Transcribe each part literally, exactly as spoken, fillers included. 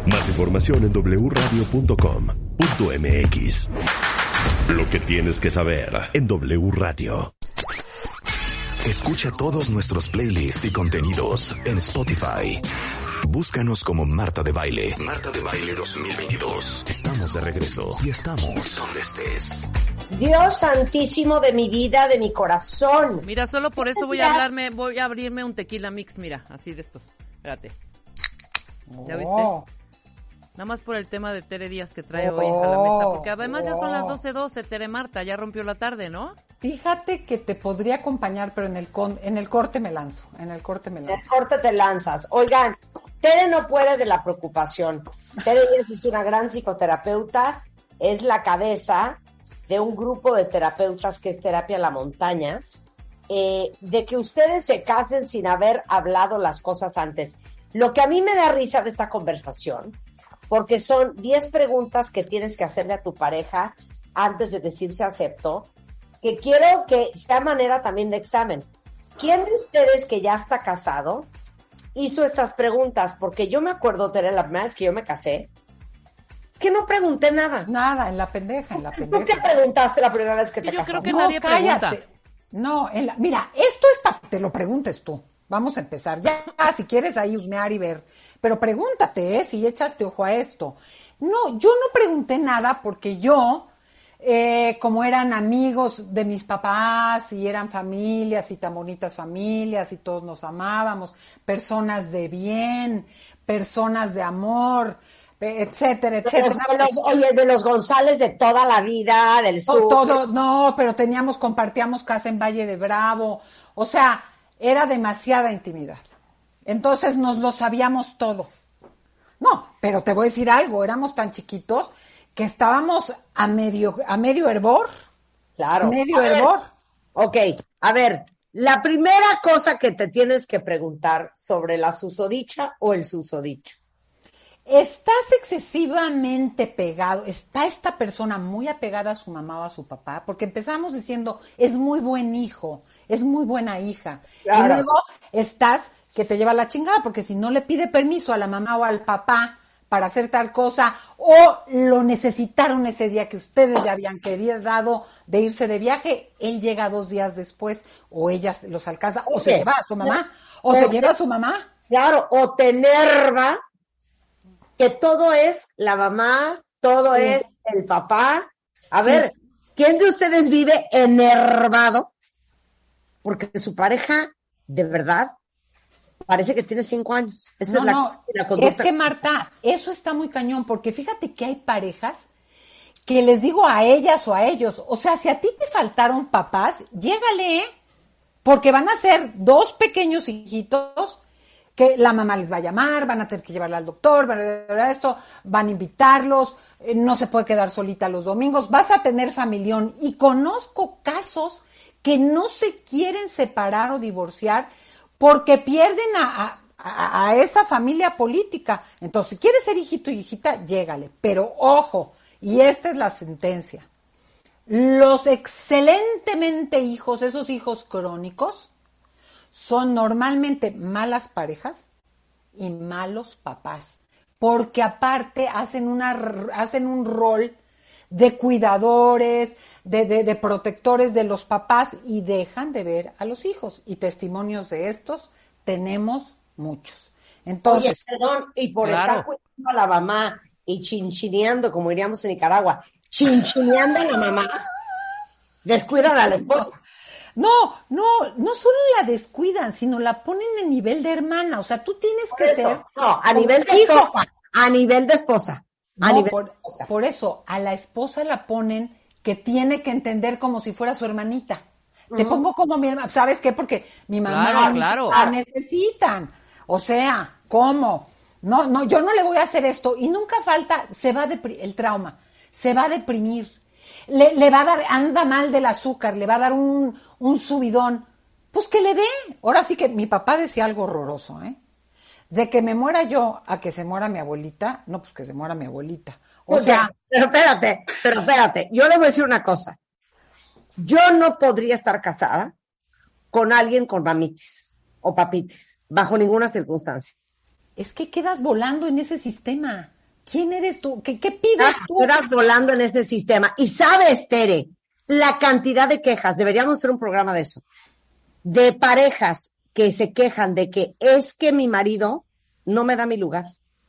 Más información en doble u radio punto com punto m x. Lo que tienes que saber en W Radio. Escucha todos nuestros playlists y contenidos en Spotify. Búscanos como Marta de Baile. Marta de Baile dos mil veintidós. Estamos de regreso y estamos donde estés. Dios santísimo de mi vida, de mi corazón. Mira, solo por eso voy a hablarme, voy a abrirme un tequila mix, mira, así de estos. Espérate. ¿Ya viste? Oh. Nada más por el tema de Tere Díaz que trae hoy a la mesa, porque además ya son las doce doce, Tere Marta, ya rompió la tarde, ¿no? Fíjate que te podría acompañar, pero en el con, en el corte me lanzo, en el corte me lanzo. En el corte te lanzas. Oigan, Tere no puede de la preocupación. Tere Díaz es una gran psicoterapeuta, es la cabeza de un grupo de terapeutas que es Terapia La Montaña, eh, de que ustedes se casen sin haber hablado las cosas antes. Lo que a mí me da risa de esta conversación, porque son diez preguntas que tienes que hacerle a tu pareja antes de decirse acepto, que quiero que sea manera también de examen. ¿Quién de ustedes que ya está casado hizo estas preguntas? Porque yo me acuerdo, Tere, la primera vez que yo me casé, es que no pregunté nada. Nada, en la pendeja, en la pendeja. ¿Tú qué preguntaste la primera vez que te Yo casaste? creo que No, nadie cállate. pregunta. No, en la, mira, esto es para que te lo preguntes tú. Vamos a empezar. Ya, si quieres ahí husmear y ver. Pero pregúntate, ¿eh? Si echaste ojo a esto. No, yo no pregunté nada porque yo, eh, como eran amigos de mis papás y eran familias y tan bonitas familias y todos nos amábamos, personas de bien, personas de amor, etcétera, etcétera. De los, oye, de los González de toda la vida, del sur. Todo, no, pero teníamos, compartíamos casa en Valle de Bravo. O sea, era demasiada intimidad. Entonces nos lo sabíamos todo. No, pero te voy a decir algo, éramos tan chiquitos que estábamos a medio, a medio hervor. Claro. A medio A ver, hervor. Ok, a ver, la primera cosa que te tienes que preguntar sobre la susodicha o el susodicho. ¿Estás excesivamente pegado? ¿Está esta persona muy apegada a su mamá o a su papá? Porque empezamos diciendo, es muy buen hijo, es muy buena hija. Claro. Y luego estás que te lleva la chingada, porque si no le pide permiso a la mamá o al papá para hacer tal cosa, o lo necesitaron ese día que ustedes ya habían querido de irse de viaje, él llega dos días después, o ella los alcanza, o se Oye, lleva a su mamá, o pero- se lleva a su mamá. Claro, o te enerva que todo es la mamá, todo Sí. es el papá. A Sí. ver, ¿quién de ustedes vive enervado? Porque su pareja, de verdad, parece que tiene cinco años. Esa No, es la, no, la conducta. es que Marta, eso está muy cañón, porque fíjate que hay parejas que les digo a ellas o a ellos, o sea, si a ti te faltaron papás, llégale, ¿eh? Porque van a ser dos pequeños hijitos que la mamá les va a llamar, van a tener que llevarla al doctor, van a hacer esto, van a invitarlos, eh, no se puede quedar solita los domingos, vas a tener familión. Y conozco casos que no se quieren separar o divorciar porque pierden a, a, a esa familia política. Entonces, si quieres ser hijito y hijita, llégale. Pero ojo, y esta es la sentencia. Los excelentemente hijos, esos hijos crónicos, son normalmente malas parejas y malos papás. Porque aparte hacen, una, hacen un rol de cuidadores, de, de, de protectores de los papás y dejan de ver a los hijos. Y testimonios de estos tenemos muchos. Entonces, Oye, perdón, y por Claro. estar cuidando a la mamá y chinchineando, como diríamos en Nicaragua, chinchineando a la mamá, descuidan a la esposa. no, no, no solo la descuidan, sino la ponen en nivel de hermana. O sea, tú tienes Por que eso, ser... no, a nivel de hijo. esposa, a nivel de esposa, a No, nivel por, de esposa. por eso, a la esposa la ponen que tiene que entender como si fuera su hermanita. Te pongo como mi hermana, ¿sabes qué? Porque mi mamá Claro, y mi claro. papá necesitan. O sea, ¿cómo? No, no, yo no le voy a hacer esto. Y nunca falta, se va a depri- el trauma, se va a deprimir. Le, le va a dar, anda mal del azúcar, le va a dar un, un subidón. Pues que le dé. Ahora sí que mi papá decía algo horroroso, ¿eh? De que me muera yo a que se muera mi abuelita, no, pues que se muera mi abuelita. O sea, pero espérate, pero espérate, yo le voy a decir una cosa. Yo no podría estar casada con alguien con mamitis o papitis, bajo ninguna circunstancia. es que quedas volando en ese sistema. ¿Quién eres tú? ¿Qué, qué pides tú? Estás volando en ese sistema. Y sabes, Tere, la cantidad de quejas, deberíamos hacer un programa de eso, de parejas que se quejan de que es que mi marido no me da mi lugar,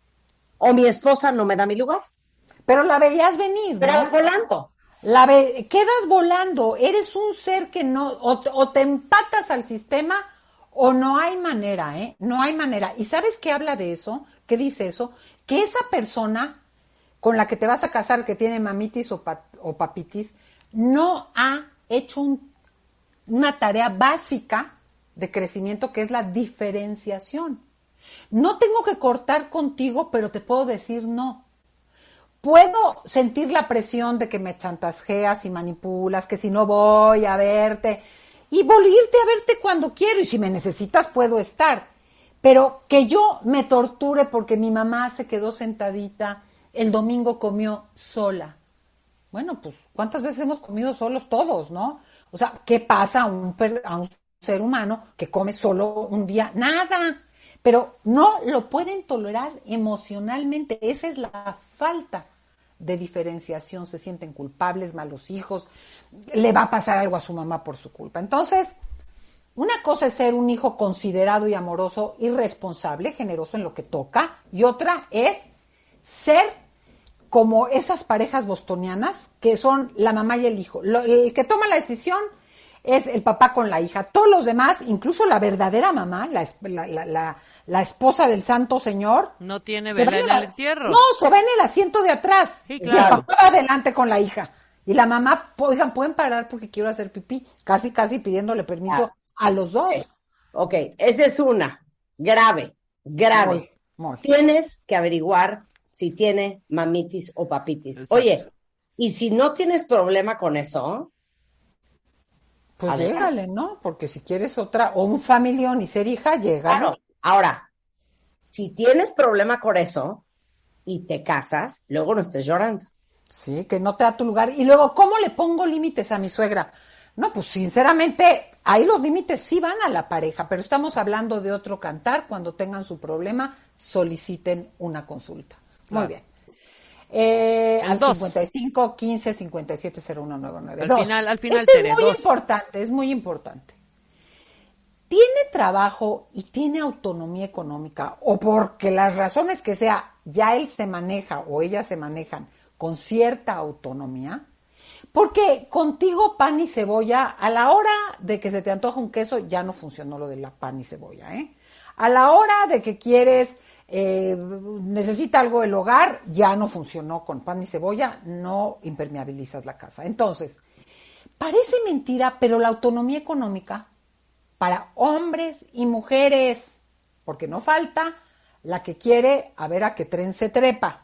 o mi esposa no me da mi lugar. Pero la veías venir, Pero ¿no? vas volando. La ve, quedas volando, eres un ser que no, o, o te empatas al sistema o no hay manera, ¿eh? No hay manera. ¿Y sabes qué habla de eso? ¿Qué dice eso? Que esa persona con la que te vas a casar, que tiene mamitis o, pa, o papitis, no ha hecho un, una tarea básica de crecimiento que es la diferenciación. No tengo que cortar contigo, pero te puedo decir no. Puedo sentir la presión de que me chantajeas y manipulas, que si no voy a verte, y volverte a verte cuando quiero, y si me necesitas puedo estar. Pero que yo me torture porque mi mamá se quedó sentadita, el domingo comió sola. Bueno, pues, ¿cuántas veces hemos comido solos todos, no? O sea, ¿qué pasa a un, a un ser humano que come solo un día? Nada. Pero no lo pueden tolerar emocionalmente. Esa es la falta de diferenciación. Se sienten culpables, malos hijos, le va a pasar algo a su mamá por su culpa. Entonces, una cosa es ser un hijo considerado y amoroso y responsable, generoso en lo que toca, y otra es ser como esas parejas bostonianas que son la mamá y el hijo. Lo, el que toma la decisión es el papá con la hija. Todos los demás, incluso la verdadera mamá, la, la, la, la, la esposa del santo señor, no tiene vela en el entierro. No, se va en el asiento de atrás. Sí, claro. Y el papá va adelante con la hija. Y la mamá, oigan, ¿pueden parar porque quiero hacer pipí? Casi, casi pidiéndole permiso a los dos. Ok, okay. Esa es una. Grave, grave. Muy, muy. Tienes que averiguar si tiene mamitis o papitis. Exacto. Oye, y si no tienes problema con eso, pues adelante. Llégale, ¿no? Porque si quieres otra, o un familión y ser hija, llega. Claro. ¿No? Ahora, si tienes problema con eso y te casas, luego no estés llorando. Sí, que no te da tu lugar. Y luego, ¿cómo le pongo límites a mi suegra? No, pues sinceramente, ahí los límites sí van a la pareja, pero estamos hablando de otro cantar. Cuando tengan su problema, soliciten una consulta. Muy claro. Bien. Eh, al dos. cincuenta y cinco, quince, cincuenta y siete, cero uno noventa y nueve. Al dos. final, al final, este Tere, es muy dos. importante, es muy importante. Tiene trabajo y tiene autonomía económica, o porque las razones que sea, ya él se maneja o ellas se manejan con cierta autonomía, porque contigo pan y cebolla, a la hora de que se te antoja un queso, ya no funcionó lo de la pan y cebolla, ¿eh? A la hora de que quieres, eh, necesita algo el hogar, ya no funcionó con pan y cebolla, no impermeabilizas la casa. Entonces, parece mentira, pero la autonomía económica para hombres y mujeres, porque no falta la que quiere a ver a qué tren se trepa.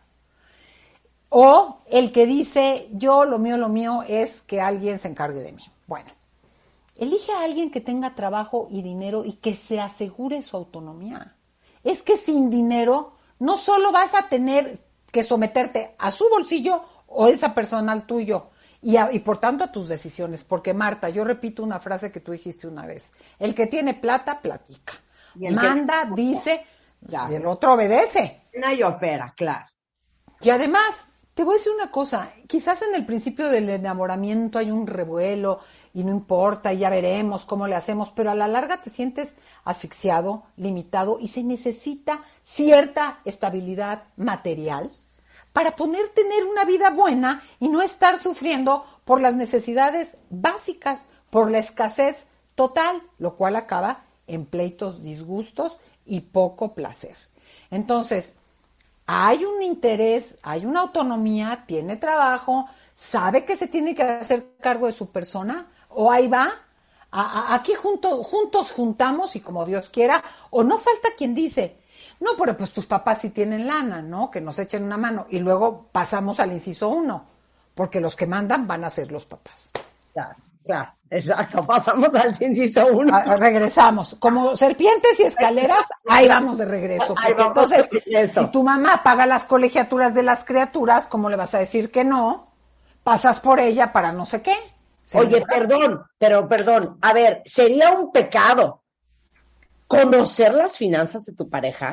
O el que dice, yo lo mío, lo mío es que alguien se encargue de mí. Bueno, elige a alguien que tenga trabajo y dinero y que se asegure su autonomía. Es que sin dinero no solo vas a tener que someterte a su bolsillo o esa persona al tuyo y, a, y por tanto a tus decisiones. Porque Marta, yo repito una frase que tú dijiste una vez. El que tiene plata, platica. Manda, que... dice, claro. Y el otro obedece. Y opera, claro. Y además, te voy a decir una cosa, quizás en el principio del enamoramiento hay un revuelo y no importa, y ya veremos cómo le hacemos, pero a la larga te sientes asfixiado, limitado y se necesita cierta estabilidad material para poder tener una vida buena y no estar sufriendo por las necesidades básicas, por la escasez total, lo cual acaba en pleitos, disgustos y poco placer. Entonces, hay un interés, hay una autonomía, tiene trabajo, sabe que se tiene que hacer cargo de su persona, o ahí va, a, a, aquí junto, juntos juntamos y como Dios quiera, o no falta quien dice, no, pero pues tus papás sí tienen lana, ¿no? Que nos echen una mano, y luego pasamos al inciso uno, porque los que mandan van a ser los papás. Claro, claro, exacto, pasamos al inciso uno. A, regresamos, como serpientes y escaleras, ahí vamos de regreso, porque entonces, si tu mamá paga las colegiaturas de las criaturas, ¿cómo le vas a decir que no? Pasas por ella para no sé qué. Oye, ¿sí? perdón, pero perdón, a ver, ¿sería un pecado conocer las finanzas de tu pareja?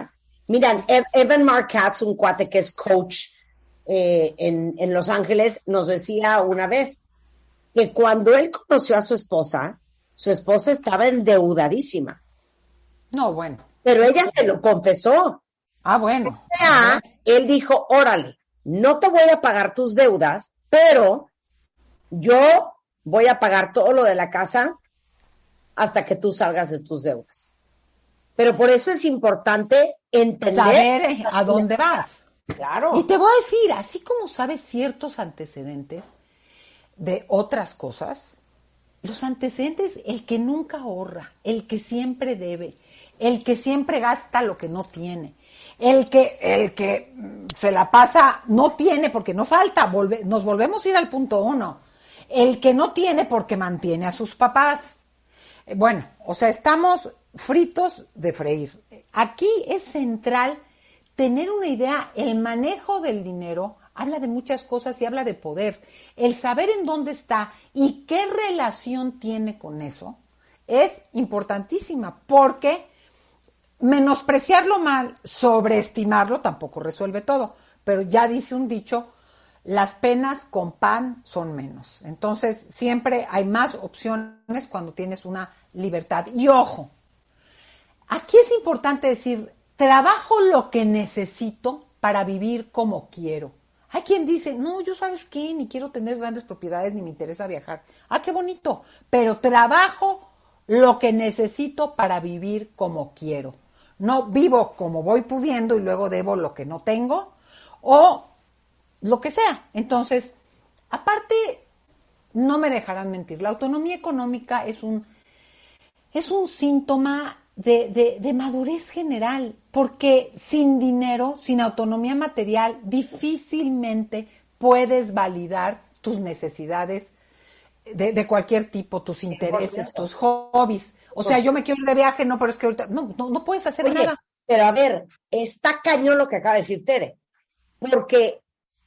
Miren, Evan Marc-Katz, un cuate que es coach eh, en, en Los Ángeles, nos decía una vez que cuando él conoció a su esposa, su esposa estaba endeudadísima. No, bueno. Pero ella se lo confesó. Ah, bueno. O sea, él dijo, órale, no te voy a pagar tus deudas, pero yo voy a pagar todo lo de la casa hasta que tú salgas de tus deudas. Pero por eso es importante entender... Saber a dónde vas. Claro. Y te voy a decir, así como sabes ciertos antecedentes de otras cosas, los antecedentes, el que nunca ahorra, el que siempre debe, el que siempre gasta lo que no tiene, el que, el que se la pasa, no tiene porque no falta, volve, nos volvemos a ir al punto uno, el que no tiene porque mantiene a sus papás. Bueno, o sea, estamos fritos de freír. Aquí es central tener una idea, el manejo del dinero habla de muchas cosas y habla de poder. El saber en dónde está y qué relación tiene con eso es importantísima, porque menospreciarlo mal, sobreestimarlo tampoco resuelve todo. Pero ya dice un dicho, las penas con pan son menos. Entonces, siempre hay más opciones cuando tienes una libertad. Y ojo, aquí es importante decir, trabajo lo que necesito para vivir como quiero. Hay quien dice, no, yo sabes qué, ni quiero tener grandes propiedades, ni me interesa viajar. Ah, qué bonito, pero trabajo lo que necesito para vivir como quiero. No vivo como voy pudiendo y luego debo lo que no tengo, o lo que sea. Entonces, aparte, no me dejarán mentir, la autonomía económica es un, es un síntoma de, de, de madurez general, porque sin dinero, sin autonomía material, difícilmente puedes validar tus necesidades de, de cualquier tipo, tus intereses, tus hobbies. O sea, yo me quiero ir de viaje, no, pero es que ahorita no, no, no puedes hacer Oye, nada. Pero a ver, está cañón lo que acaba de decir Tere, porque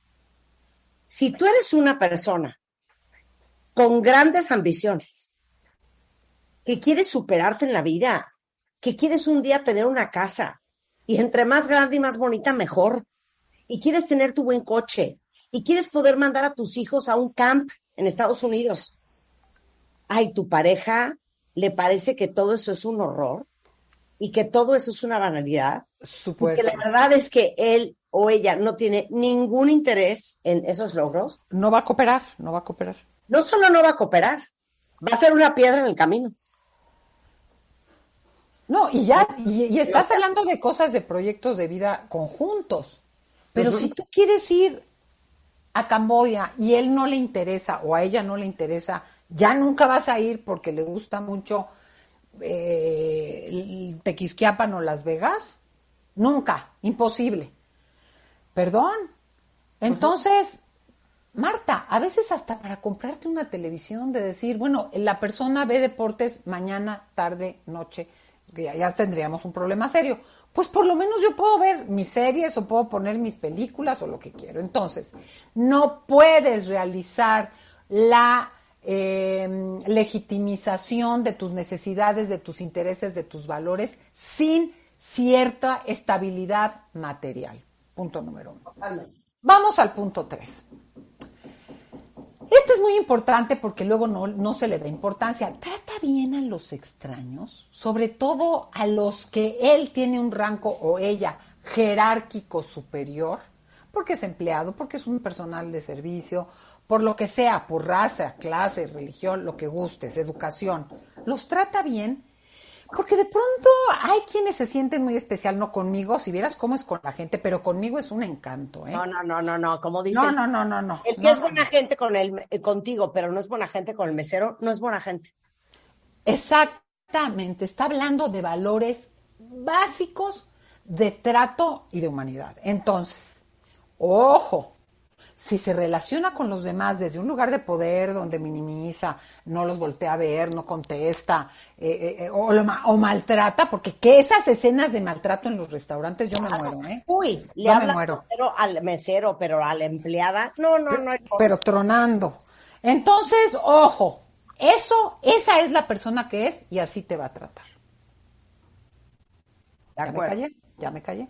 si tú eres una persona con grandes ambiciones, que quieres superarte en la vida, que quieres un día tener una casa, y entre más grande y más bonita, mejor, y quieres tener tu buen coche, y quieres poder mandar a tus hijos a un camp en Estados Unidos, ay, tu pareja le parece que todo eso es un horror, y que todo eso es una banalidad, Supuesto. y que la verdad es que él o ella no tiene ningún interés en esos logros, No va a cooperar, no va a cooperar. no solo no va a cooperar, va a ser una piedra en el camino. No, y ya, y, y estás hablando de cosas, de proyectos de vida conjuntos. Pero uh-huh. Si tú quieres ir a Camboya y él no le interesa o a ella no le interesa, ya nunca vas a ir porque le gusta mucho eh, Tequisquiapan o Las Vegas. Nunca, imposible. Perdón. Entonces, uh-huh. Marta, a veces hasta para comprarte una televisión, de decir, bueno, la persona ve deportes mañana, tarde, noche, que ya, ya tendríamos un problema serio. Pues por lo menos yo puedo ver mis series o puedo poner mis películas o lo que quiero. Entonces, no puedes realizar la eh, legitimización de tus necesidades, de tus intereses, de tus valores sin cierta estabilidad material. Punto número uno. Vamos al punto tres. Este es muy importante porque luego no, no se le da importancia. Trata bien a los extraños, sobre todo a los que él tiene un rango o ella jerárquico superior, porque es empleado, porque es un personal de servicio, por lo que sea, por raza, clase, religión, lo que gustes, educación. Los trata bien, porque de pronto hay quienes se sienten muy especial, no conmigo, si vieras cómo es con la gente, pero conmigo es un encanto, ¿eh? No, no, no, no, no, como dice. No, no, no, no, no. El que no, es buena no. gente con el, eh, contigo, pero no es buena gente con el mesero, no es buena gente. Exactamente, está hablando de valores básicos de trato y de humanidad. Entonces, ojo, si se relaciona con los demás desde un lugar de poder donde minimiza, no los voltea a ver, no contesta, eh, eh, o, lo, o maltrata, porque que esas escenas de maltrato en los restaurantes yo me muero, ¿eh? Uy, le yo habla me muero. Mesero al mesero, pero a la empleada, no, no, no. Hay pero tronando. Entonces, ojo, eso, esa es la persona que es y así te va a tratar. De ¿Ya me acuerdo. callé? ¿Ya me callé?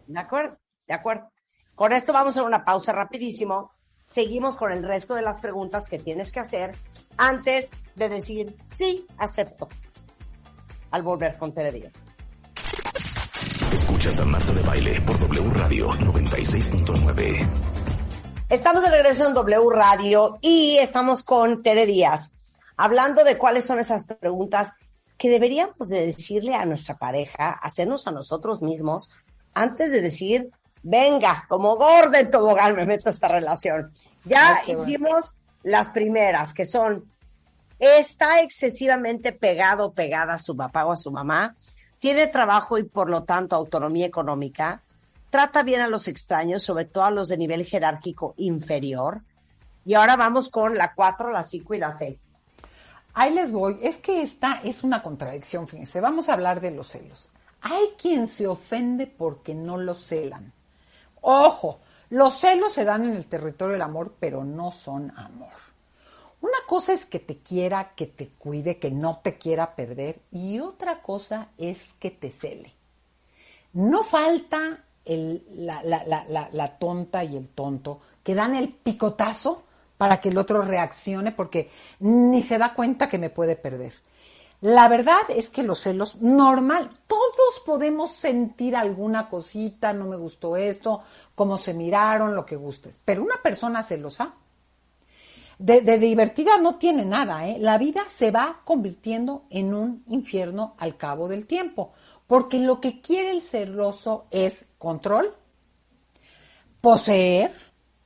De acuerdo, de acuerdo. Con esto vamos a hacer una pausa rapidísimo. Seguimos con el resto de las preguntas que tienes que hacer antes de decir sí, acepto. Al volver con Tere Díaz. Escuchas a Marta de Baile por W Radio noventa y seis punto nueve. Estamos de regreso en W Radio y estamos con Tere Díaz, hablando de cuáles son esas preguntas que deberíamos de decirle a nuestra pareja, hacernos a nosotros mismos, antes de decir, venga, como gorda en tobogán me meto a esta relación. Ya Ay, hicimos bueno. las primeras, que son, está excesivamente pegado o pegada a su papá o a su mamá, tiene trabajo y por lo tanto autonomía económica, trata bien a los extraños, sobre todo a los de nivel jerárquico inferior. Y ahora vamos con la cuatro, la cinco y la seis. Ahí les voy. Es que esta es una contradicción, fíjense. Vamos a hablar de los celos. Hay quien se ofende porque no los celan. Ojo, los celos se dan en el territorio del amor, pero no son amor. Una cosa es que te quiera, que te cuide, que no te quiera perder, y otra cosa es que te cele. No falta el, la, la, la, la, la tonta y el tonto que dan el picotazo para que el otro reaccione porque ni se da cuenta que me puede perder. La verdad es que los celos, normal, todos podemos sentir alguna cosita, no me gustó esto, cómo se miraron, lo que gustes. Pero una persona celosa, de, de divertida no tiene nada, ¿eh? La vida se va convirtiendo en un infierno al cabo del tiempo, porque lo que quiere el celoso es control, poseer,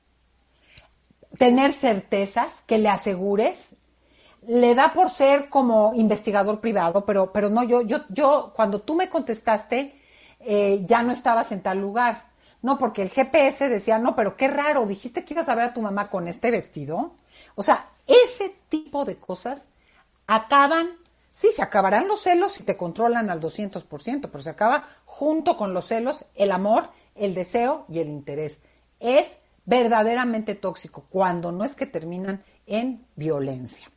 tener certezas que le asegures. Le da por ser como investigador privado, pero, pero no, yo, yo, yo, cuando tú me contestaste, eh, ya no estabas en tal lugar. No, porque el G P S decía, no, pero qué raro, dijiste que ibas a ver a tu mamá con este vestido. O sea, ese tipo de cosas acaban, sí, se acabarán los celos si te controlan al doscientos por ciento, pero se acaba junto con los celos el amor, el deseo y el interés. Es verdaderamente tóxico, cuando no es que terminan en violencia.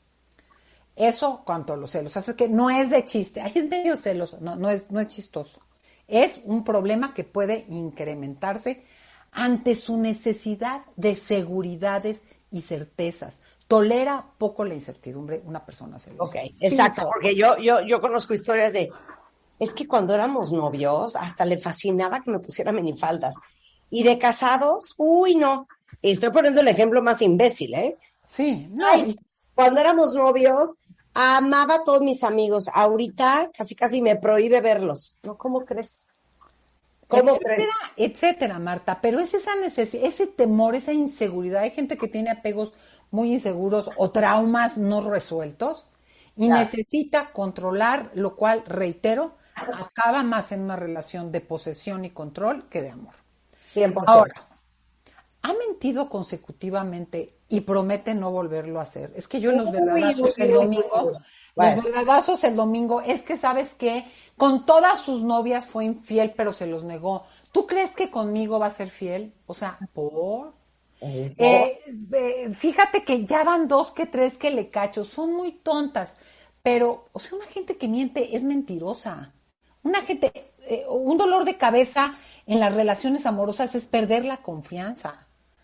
Eso cuanto a los celos. Así que no es de chiste. Ay, es medio celoso. No, no es, no es chistoso. Es un problema que puede incrementarse ante su necesidad de seguridades y certezas. Tolera poco la incertidumbre una persona celosa. Ok, exacto. Porque yo, yo, yo conozco historias de, es que cuando éramos novios, hasta le fascinaba que me pusiera minifaldas. Y de casados, uy, no. Y estoy poniendo el ejemplo más imbécil, ¿eh? Sí, no. Ay, cuando éramos novios, amaba a todos mis amigos. Ahorita casi casi me prohíbe verlos. ¿No? ¿Cómo crees? ¿Cómo etcétera, crees? etcétera, Marta. Pero es esa necesidad, ese temor, esa inseguridad. Hay gente que tiene apegos muy inseguros o traumas no resueltos y Claro. necesita controlar, lo cual, reitero, acaba más en una relación de posesión y control que de amor. cien por ciento. Ahora, ha mentido consecutivamente y promete no volverlo a hacer. Es que yo en los Uy, verdadazos uy, el uy, domingo, uy. Bueno. los verdadazos el domingo, es que sabes que con todas sus novias fue infiel, pero se los negó. ¿Tú crees que conmigo va a ser fiel? O sea, ¿por? Eh, Eh, eh, fíjate que ya van dos que tres que le cacho, son muy tontas, pero, o sea, una gente que miente es mentirosa. Una gente, eh, un dolor de cabeza en las relaciones amorosas es perder la confianza.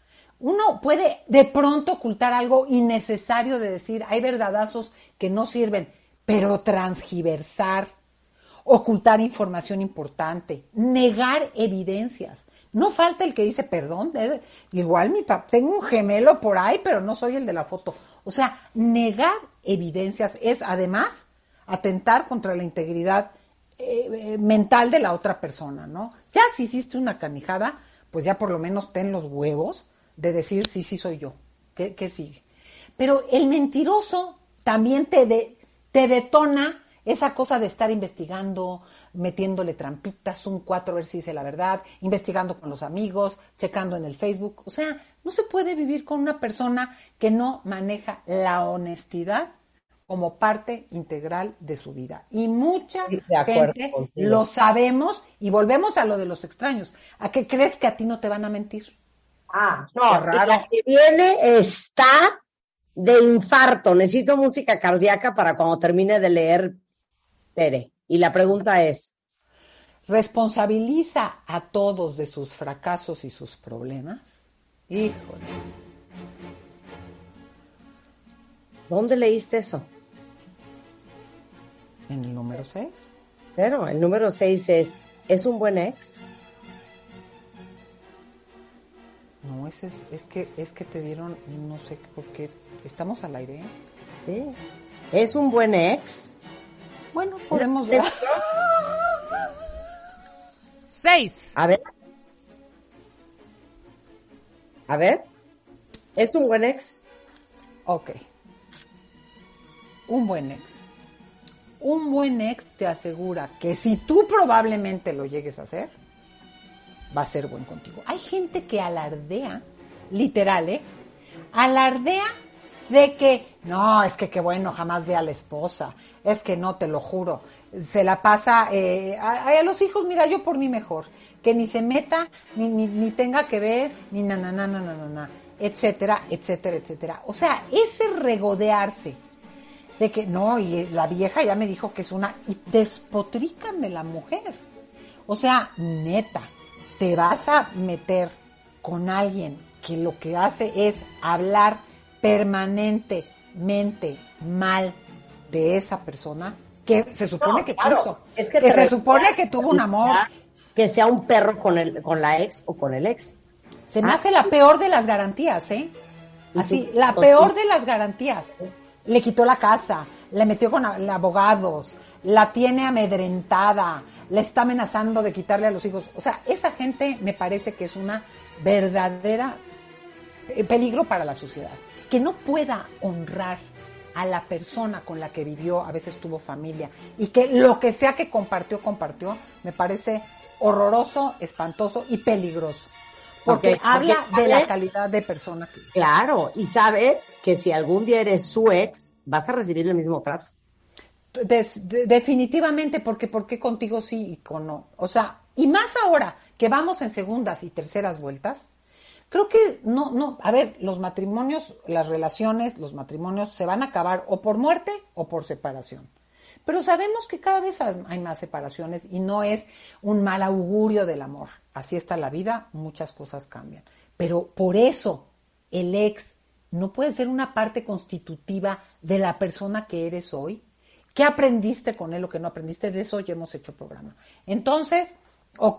Uno puede de pronto ocultar algo innecesario de decir, hay verdadazos que no sirven, pero transgiversar, ocultar información importante, negar evidencias. No falta el que dice, perdón, eh, igual mi papá, tengo un gemelo por ahí, pero no soy el de la foto. O sea, negar evidencias es además atentar contra la integridad eh, eh, mental de la otra persona, ¿no? Ya si hiciste una canijada, pues ya por lo menos ten los huevos de decir, sí, sí soy yo. ¿Qué, qué sigue? Pero el mentiroso también te, de, te detona esa cosa de estar investigando, metiéndole trampitas, un cuatro a ver si dice la verdad, investigando con los amigos, checando en el Facebook. O sea, no se puede vivir con una persona que no maneja la honestidad como parte integral de su vida. Y mucha gente contigo. Lo sabemos, y volvemos a lo de los extraños. ¿A qué crees que a ti no te van a mentir? Ah, no, raro. La que viene está de infarto. Necesito música cardíaca para cuando termine de leer Tere. Y la pregunta es... responsabiliza a todos de sus fracasos y sus problemas, híjole. ¿Dónde leíste eso? En el número seis. Pero el número seis es, ¿es un buen ex? No, ese es, es que es que te dieron, no sé por qué, estamos al aire. Sí. ¿Es un buen ex? Bueno, podemos ver. Seis. A ver. A ver. ¿Es un buen ex? Ok. Un buen ex. Un buen ex te asegura que si tú probablemente lo llegues a hacer, va a ser buen contigo. Hay gente que alardea, literal, ¿eh? Alardea de que, no, es que qué bueno, jamás ve a la esposa. Es que no, te lo juro. Se la pasa eh, a, a los hijos, mira, yo por mí mejor. Que ni se meta, ni, ni, ni tenga que ver, ni na, na, na, na, na, na, na, etcétera, etcétera, etcétera. O sea, ese regodearse de que, no, y la vieja ya me dijo que es una... Y despotrican de la mujer. O sea, neta, te vas a meter con alguien que lo que hace es hablar permanentemente mal de esa persona, que se supone No, que claro, quiso, es que que te se supone que tuvo un amor. Que sea un perro con el con la ex o con el ex. Se me Ah. hace la peor de las garantías, ¿eh? Así, la peor de las garantías. Le quitó la casa, le metió con a- abogados, la tiene amedrentada, le está amenazando de quitarle a los hijos. O sea, esa gente me parece que es una verdadera eh, peligro para la sociedad. Que no pueda honrar a la persona con la que vivió, a veces tuvo familia, y que lo que sea que compartió, compartió, me parece horroroso, espantoso y peligroso. Porque, Porque- habla porque, de la ¿sabes? calidad de persona que... Claro, y sabes que si algún día eres su ex, vas a recibir el mismo trato. Des- de- definitivamente, porque ¿por qué contigo sí y con no? O sea, y más ahora que vamos en segundas y terceras vueltas, creo que no, no, a ver, los matrimonios, las relaciones, los matrimonios se van a acabar o por muerte o por separación. Pero sabemos que cada vez hay más separaciones y no es un mal augurio del amor. Así está la vida, muchas cosas cambian. Pero por eso el ex no puede ser una parte constitutiva de la persona que eres hoy. ¿Qué aprendiste con él o qué no aprendiste? De eso ya hemos hecho programa. Entonces, ok,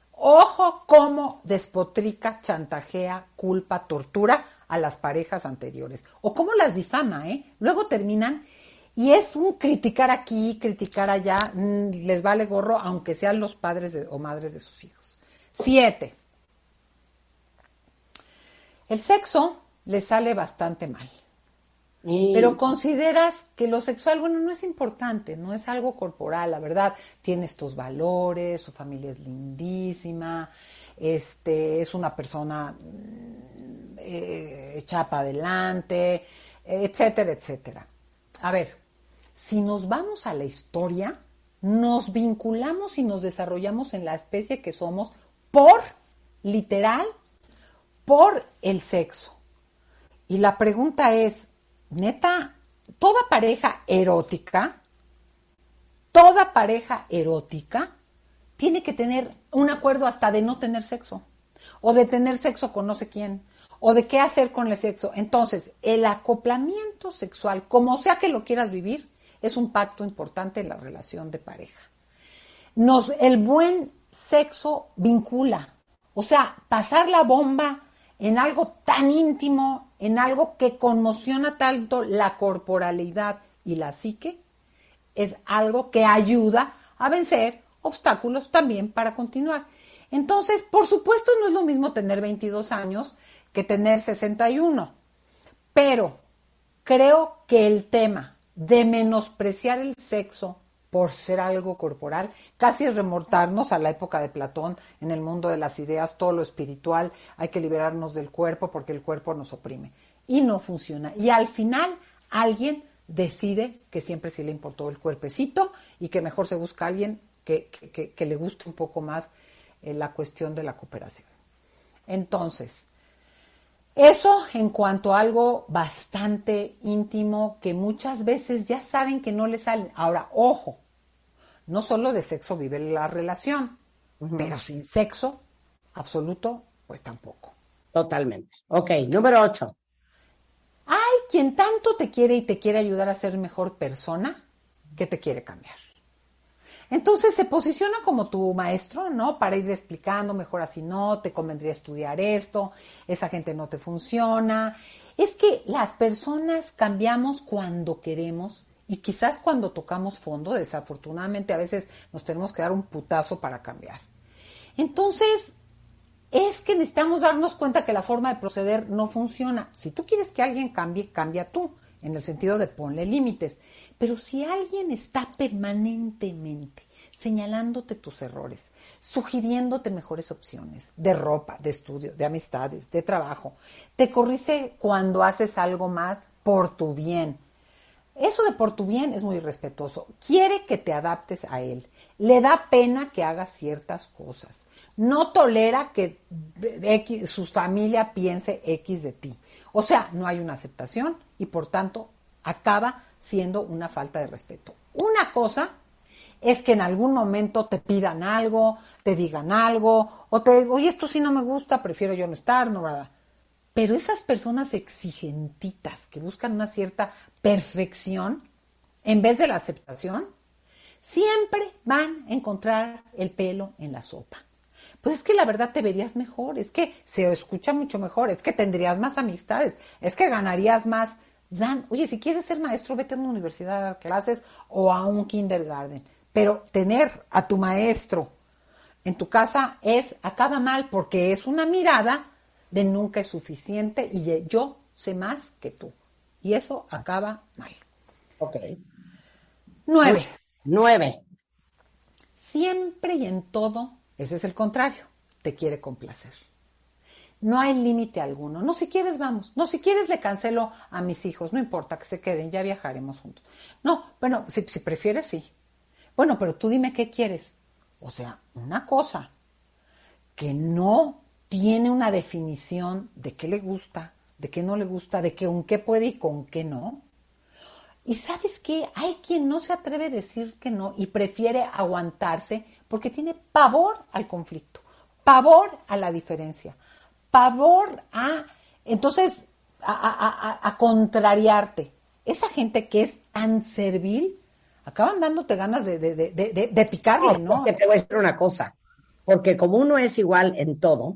ojo cómo despotrica, chantajea, culpa, tortura a las parejas anteriores. O cómo las difama, ¿eh? Luego terminan y es un criticar aquí, criticar allá, mmm, les vale gorro, aunque sean los padres de, o madres de sus hijos. Siete. El sexo les sale bastante mal. Y- Pero consideras que lo sexual, bueno, no es importante, no es algo corporal, la verdad. Tienes tus valores, su familia es lindísima, este, es una persona mm, eh, hecha para adelante, etcétera, etcétera. A ver, si nos vamos a la historia, nos vinculamos y nos desarrollamos en la especie que somos por, literal, por el sexo. Y la pregunta es, neta, toda pareja erótica, toda pareja erótica tiene que tener un acuerdo hasta de no tener sexo, o de tener sexo con no sé quién, o de qué hacer con el sexo. Entonces, el acoplamiento sexual, como sea que lo quieras vivir, es un pacto importante en la relación de pareja. Nos, el buen sexo vincula, o sea, pasar la bomba en algo tan íntimo, en algo que conmociona tanto la corporalidad y la psique, es algo que ayuda a vencer obstáculos también para continuar. Entonces, por supuesto, no es lo mismo tener veintidós años que tener sesenta y uno, pero creo que el tema de menospreciar el sexo por ser algo corporal, casi es remontarnos a la época de Platón, en el mundo de las ideas, todo lo espiritual, hay que liberarnos del cuerpo porque el cuerpo nos oprime. Y no funciona. Y al final alguien decide que siempre sí le importó el cuerpecito y que mejor se busca a alguien que, que, que, que le guste un poco más eh, la cuestión de la cooperación. Entonces, eso en cuanto a algo bastante íntimo que muchas veces ya saben que no les sale. Ahora, ojo, no solo de sexo vive la relación, uh-huh. pero sin sexo absoluto, pues tampoco. Totalmente. Ok, número ocho. Hay quien tanto te quiere y te quiere ayudar a ser mejor persona que te quiere cambiar. Entonces se posiciona como tu maestro, ¿no? Para ir explicando, mejor así no, te convendría estudiar esto, esa gente no te funciona. Es que las personas cambiamos cuando queremos y quizás cuando tocamos fondo, desafortunadamente a veces nos tenemos que dar un putazo para cambiar. Entonces, es que necesitamos darnos cuenta que la forma de proceder no funciona. Si tú quieres que alguien cambie, cambia tú, en el sentido de ponle límites. Pero si alguien está permanentemente señalándote tus errores, sugiriéndote mejores opciones de ropa, de estudio, de amistades, de trabajo, te corrige cuando haces algo más por tu bien. Eso de por tu bien es muy irrespetuoso. Quiere que te adaptes a él. Le da pena que hagas ciertas cosas. No tolera que X, su familia piense X de ti. O sea, no hay una aceptación y por tanto acaba siendo una falta de respeto. Una cosa es que en algún momento te pidan algo, te digan algo, o te digan, oye, esto sí no me gusta, prefiero yo no estar, no, nada. Pero esas personas exigentitas que buscan una cierta perfección en vez de la aceptación, siempre van a encontrar el pelo en la sopa. Pues es que la verdad te verías mejor, es que se escucha mucho mejor, es que tendrías más amistades, es que ganarías más. Dan, oye, si quieres ser maestro, vete a una universidad a dar clases o a un kindergarten. Pero tener a tu maestro en tu casa es acaba mal porque es una mirada de nunca es suficiente y de yo sé más que tú. Y eso acaba mal. Ok. Nueve. Nueve. Siempre y en todo, ese es el contrario, te quiere complacer. No hay límite alguno. No, si quieres, vamos. No, si quieres, le cancelo a mis hijos. No importa que se queden, ya viajaremos juntos. No, bueno, si, si prefieres, sí. Bueno, pero tú dime qué quieres. O sea, una cosa que no tiene una definición de qué le gusta, de qué no le gusta, de qué, con qué puede y con qué no. Y ¿sabes qué? Hay quien no se atreve a decir que no y prefiere aguantarse porque tiene pavor al conflicto, pavor a la diferencia, pavor a, entonces, a, a, a, a contrariarte. Esa gente que es tan servil, acaban dándote ganas de, de, de, de, de picarle, ¿no? Porque te voy a decir una cosa, porque como uno es igual en todo,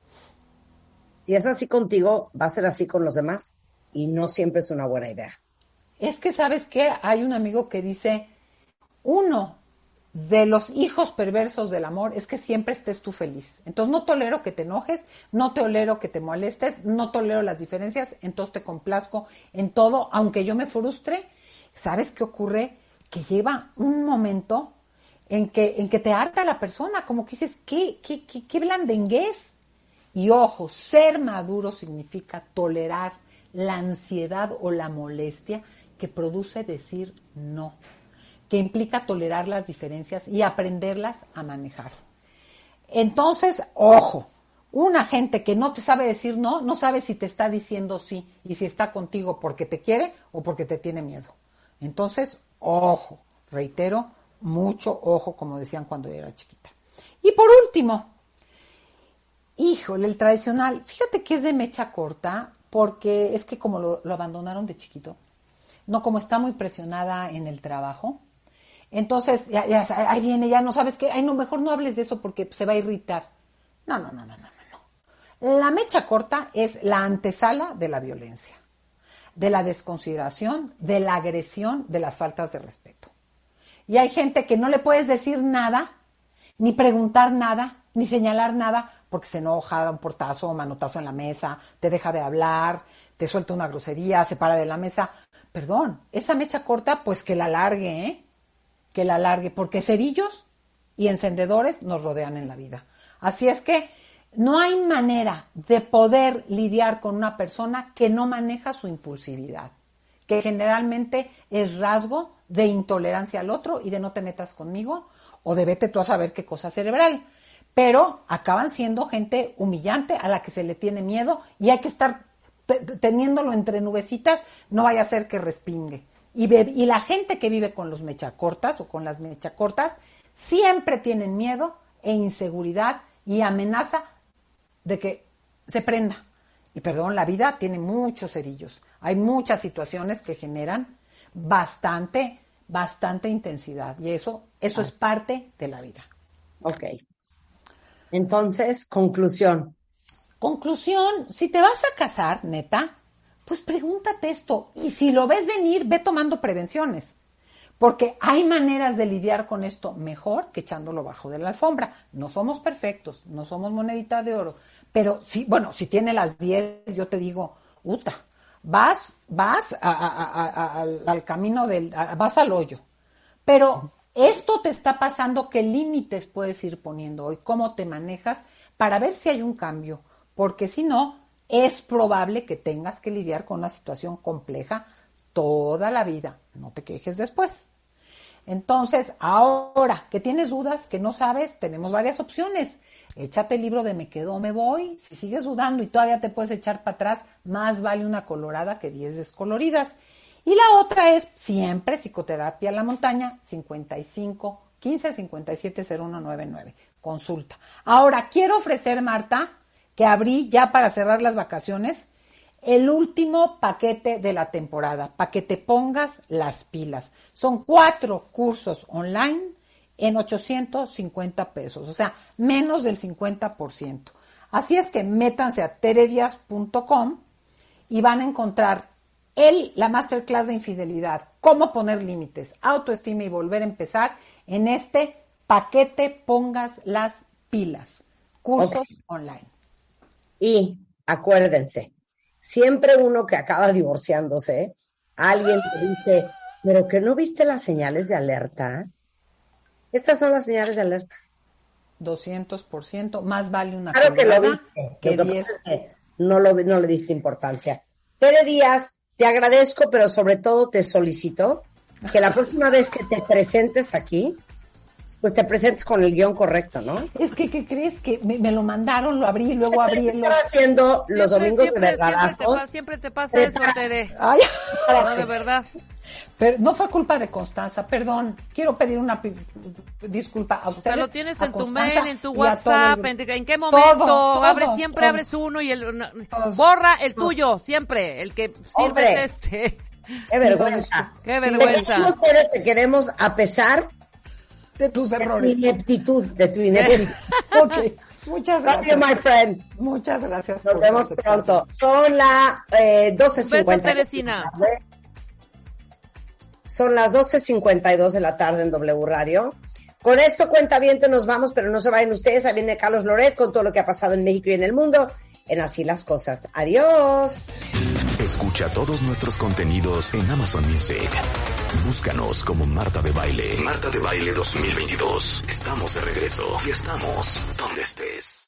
si es así contigo, va a ser así con los demás, y no siempre es una buena idea. Es que, ¿sabes qué? Hay un amigo que dice, uno de los hijos perversos del amor es que siempre estés tú feliz. Entonces no tolero que te enojes, no tolero que te molestes, no tolero las diferencias, entonces te complazco en todo, aunque yo me frustre. ¿Sabes qué ocurre? Que lleva un momento en que, en que te harta la persona, como que dices, ¿qué, qué, qué, qué blandenguez? Y ojo, ser maduro significa tolerar la ansiedad o la molestia que produce decir no, que implica tolerar las diferencias y aprenderlas a manejar. Entonces, ojo, una gente que no te sabe decir no, no sabe si te está diciendo sí y si está contigo porque te quiere o porque te tiene miedo. Entonces, ojo, reitero, mucho ojo, como decían cuando yo era chiquita. Y por último, híjole, el tradicional, fíjate que es de mecha corta, porque es que como lo, lo abandonaron de chiquito, no, como está muy presionada en el trabajo, entonces ya, ya ahí viene, ya no sabes qué, ay no, mejor no hables de eso porque se va a irritar. No, no, no, no, no, no. La mecha corta es la antesala de la violencia, de la desconsideración, de la agresión, de las faltas de respeto. Y hay gente que no le puedes decir nada, ni preguntar nada, ni señalar nada, porque se enoja, da un portazo o manotazo en la mesa, te deja de hablar, te suelta una grosería, se para de la mesa. Perdón, esa mecha corta, pues que la largue, ¿eh? Que la largue, porque cerillos y encendedores nos rodean en la vida. Así es que no hay manera de poder lidiar con una persona que no maneja su impulsividad, que generalmente es rasgo de intolerancia al otro y de no te metas conmigo, o de vete tú a saber qué cosa cerebral. Pero acaban siendo gente humillante a la que se le tiene miedo y hay que estar t- teniéndolo entre nubecitas, no vaya a ser que respingue. Y, be- y la gente que vive con los mechacortas o con las mechacortas siempre tienen miedo e inseguridad y amenaza de que se prenda. Y perdón, la vida tiene muchos cerillos. Hay muchas situaciones que generan bastante, bastante intensidad. Y eso, eso es parte de la vida. Ok. Entonces, conclusión. Conclusión, si te vas a casar, neta, pues pregúntate esto. Y si lo ves venir, ve tomando prevenciones. Porque hay maneras de lidiar con esto mejor que echándolo bajo de la alfombra. No somos perfectos, no somos monedita de oro. Pero sí, bueno, si tiene las diez, yo te digo, uta, vas, vas a, a, a, a, al, al camino del, a, vas al hoyo. Pero esto te está pasando, ¿qué límites puedes ir poniendo hoy? ¿Cómo te manejas? Para ver si hay un cambio. Porque si no, es probable que tengas que lidiar con una situación compleja toda la vida. No te quejes después. Entonces, ahora que tienes dudas, que no sabes, tenemos varias opciones. Échate el libro de Me quedo o me voy. Si sigues dudando y todavía te puedes echar para atrás, más vale una colorada que diez descoloridas. Y la otra es siempre Psicoterapia en la Montaña, cincuenta y cinco, quince, cincuenta y siete, cero uno noventa y nueve. Consulta. Ahora, quiero ofrecer, Marta, que abrí ya para cerrar las vacaciones, el último paquete de la temporada, para que te pongas las pilas. Son cuatro cursos online en ochocientos cincuenta pesos, o sea, menos del cincuenta por ciento. Así es que métanse a tere díaz punto com y van a encontrar el, la masterclass de infidelidad, cómo poner límites, autoestima y volver a empezar en este paquete Pongas las pilas, cursos okay. online. Y acuérdense, siempre uno que acaba divorciándose, alguien te dice, pero que no viste las señales de alerta. Estas son las señales de alerta. doscientos por ciento, más vale una claro que lo viste, que lo que diez. Es que no, lo, no le diste importancia. Tere Díaz, te agradezco, pero sobre todo te solicito que la próxima vez que te presentes aquí, pues te presentes con el guión correcto, ¿no? Es que, ¿qué crees? Que me, me lo mandaron, lo abrí, luego abrí el... Estaba haciendo los siempre, domingos siempre, de verdadazo. Siempre te, siempre te pasa eso, Tere. Ay. No, de verdad. Pero no fue culpa de Constanza, perdón. Quiero pedir una pi- disculpa a ustedes. O sea, lo tienes en tu Constanza mail, en tu y a WhatsApp, todo el- en, ¿en qué momento? Todo, abres, todo, siempre todo. abres uno y el no, Todos. borra el Todos. tuyo, siempre. El que sirve Hombre. es este. Qué vergüenza. Qué vergüenza. Te queremos, Tere, te queremos a pesar de tus de tu errores. ineptitud, de tu ineptitud. Ok, muchas Love you, gracias. my friend. Muchas gracias. Nos por vemos tu aceptación. pronto. Son las eh, doce Beso, cincuenta. Teresina. Son las doce cincuenta y dos de la tarde en W Radio. Con esto, cuentaviente, nos vamos, pero no se vayan ustedes. Ahí viene Carlos Loret con todo lo que ha pasado en México y en el mundo. En Así las Cosas. Adiós. Escucha todos nuestros contenidos en Amazon Music. Búscanos como Marta de Baile. Marta de Baile dos mil veintidós. Estamos de regreso y estamos donde estés.